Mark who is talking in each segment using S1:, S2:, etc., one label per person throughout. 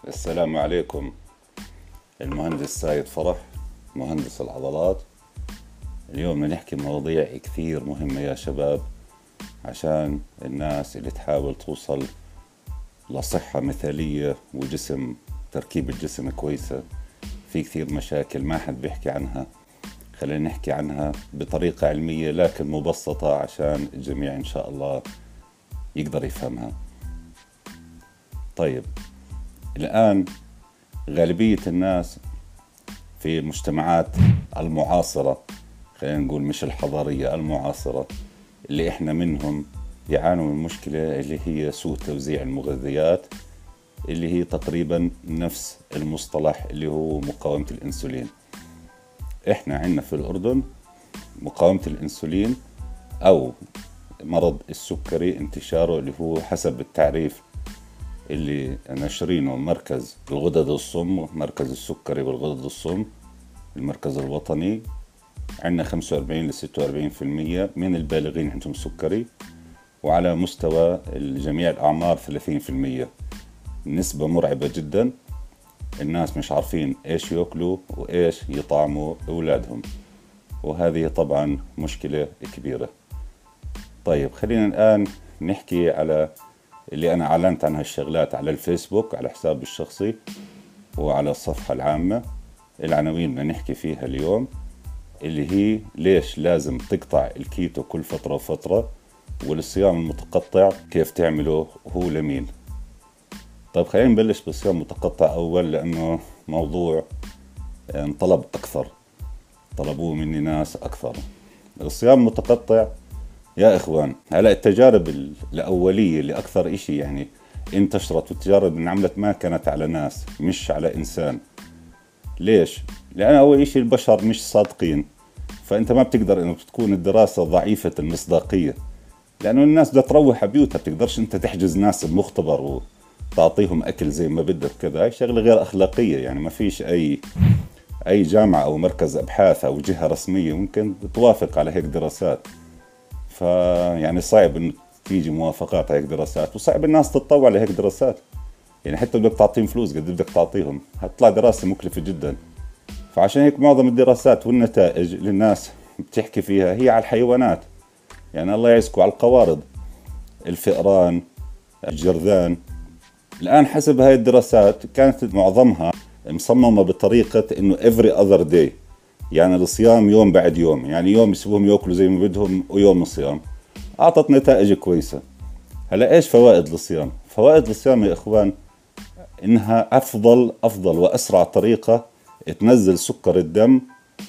S1: السلام عليكم. المهندس سايد فرح، مهندس العضلات. اليوم نحكي مواضيع كثير مهمة يا شباب، عشان الناس اللي تحاول توصل لصحة مثالية وجسم، تركيب الجسم كويسة. في كثير مشاكل ما حد بيحكي عنها، خلينا نحكي عنها بطريقة علمية لكن مبسطة عشان الجميع إن شاء الله يقدر يفهمها. طيب، الآن غالبية الناس في المجتمعات المعاصرة، خلينا نقول مش الحضارية، المعاصرة اللي احنا منهم، يعانوا من مشكلة اللي هي سوء توزيع المغذيات، اللي هي تقريبا نفس المصطلح اللي هو مقاومة الانسولين. احنا عندنا في الأردن مقاومة الانسولين او مرض السكري، انتشاره اللي هو حسب التعريف اللي ناشرينه مركز الغدد الصم، مركز السكري والغدد الصم، المركز الوطني. عندنا 45 ل 46% من البالغين عندهم سكري، وعلى مستوى جميع الأعمار 30%. نسبة مرعبة جدا. الناس مش عارفين ايش يأكلوا وايش يطعموا أولادهم، وهذه طبعا مشكلة كبيرة. طيب، خلينا الآن نحكي على اللي أنا أعلنت عنها الشغلات على الفيسبوك على حسابي الشخصي وعلى الصفحة العامة. العناوين اللي نحكي فيها اليوم اللي هي ليش لازم تقطع الكيتو كل فترة وفترة، والصيام المتقطع كيف تعمله هو لمين. طيب، خلينا نبلش بالصيام المتقطع أول، لأنه موضوع انطلب أكثر، طلبوه مني ناس أكثر. الصيام المتقطع يا إخوان، هلا التجارب الأولية اللي أكثر إشي يعني انتشرت، والتجارب اللي انعملت ما كانت على ناس، مش على إنسان. ليش؟ لأن أول إشي البشر مش صادقين، فأنت ما بتقدر إنه تكون الدراسة ضعيفة المصداقية، لأنه الناس بدها تروح على بيوتها، بتقدرش أنت تحجز ناس بمختبر وتعطيهم أكل زي ما بدك كذا. هاي شغلة غير أخلاقية، يعني ما فيش أي جامعة أو مركز أبحاث أو جهة رسمية ممكن توافق على هيك دراسات. فيعني صعب إنه تيجي موافقات على هيك دراسات، وصعب الناس تتطوع لهيك دراسات. يعني حتى بدك تعطيهم فلوس قد بدك تعطيهم، هتطلع دراسة مكلفة جدا. فعشان هيك معظم الدراسات والنتائج اللي الناس بتحكي فيها هي على الحيوانات، يعني الله يعزكم على القوارض، الفئران، الجرذان. الآن حسب هاي الدراسات كانت معظمها مصممة بطريقة إنه every other day، يعني الصيام يوم بعد يوم، يعني يوم يسيبوهم يأكلوا زي ما بدهم ويوم الصيام. أعطت نتائج كويسة. هلا إيش فوائد الصيام؟ فوائد الصيام يا إخوان إنها أفضل وأسرع طريقة تنزل سكر الدم،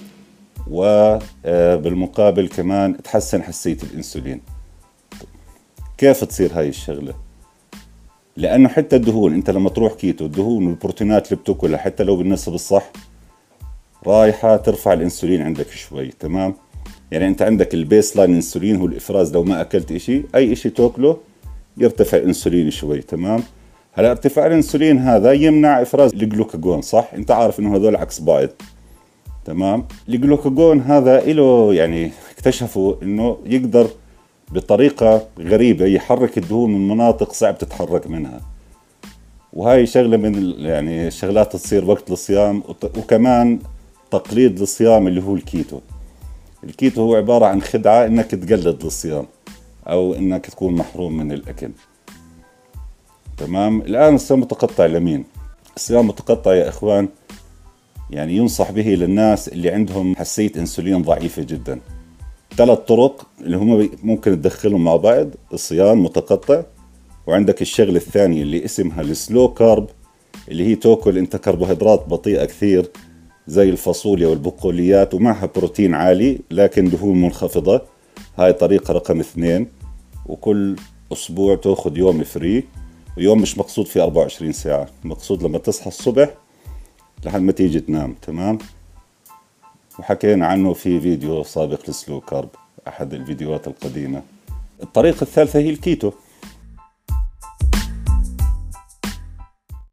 S1: وبالمقابل كمان تحسن حساسية الأنسولين. كيف تصير هاي الشغلة؟ لأنه حتى الدهون، أنت لما تروح كيتو، الدهون والبروتينات اللي بتاكلها حتى لو بالنسبة الصح رايحة ترفع الأنسولين عندك شوي، تمام؟ يعني أنت عندك البيس لاين انسولين هو الإفراز، لو ما أكلت إشي أي إشي تاكله يرتفع الأنسولين شوي، تمام؟ هلا ارتفاع الأنسولين هذا يمنع إفراز الجلوكاجون، صح؟ أنت عارف إنه هذول عكس بعض، تمام؟ الجلوكاجون هذا إله يعني اكتشفوا إنه يقدر بطريقة غريبة يحرك الدهون من مناطق صعب تتحرك منها. وهاي شغلة من يعني الشغلات تصير وقت الصيام، وكمان تقليد للصيام اللي هو الكيتو. الكيتو هو عبارة عن خدعة إنك تقلد للصيام أو إنك تكون محروم من الأكل، تمام؟ الآن الصيام المتقطع لمين؟ الصيام المتقطع يا إخوان يعني ينصح به للناس اللي عندهم حساسية أنسولين ضعيفة جدا. 3 طرق اللي هم ممكن تدخلهم مع بعض: الصيام متقطع، وعندك الشغلة الثانية اللي اسمها السلو كارب، اللي هي تاكل انت كربوهيدرات بطيئة كثير زي الفاصوليا والبقوليات ومعها بروتين عالي لكن دهون منخفضة. هاي طريقة رقم 2. وكل أسبوع تاخذ يوم فري، ويوم مش مقصود فيه 24 ساعة، مقصود لما تصحى الصبح لحد ما تيجي تنام، تمام؟ وحكينا عنه في فيديو سابق للسلو كارب، أحد الفيديوهات القديمة. الطريقة الثالثة هي الكيتو.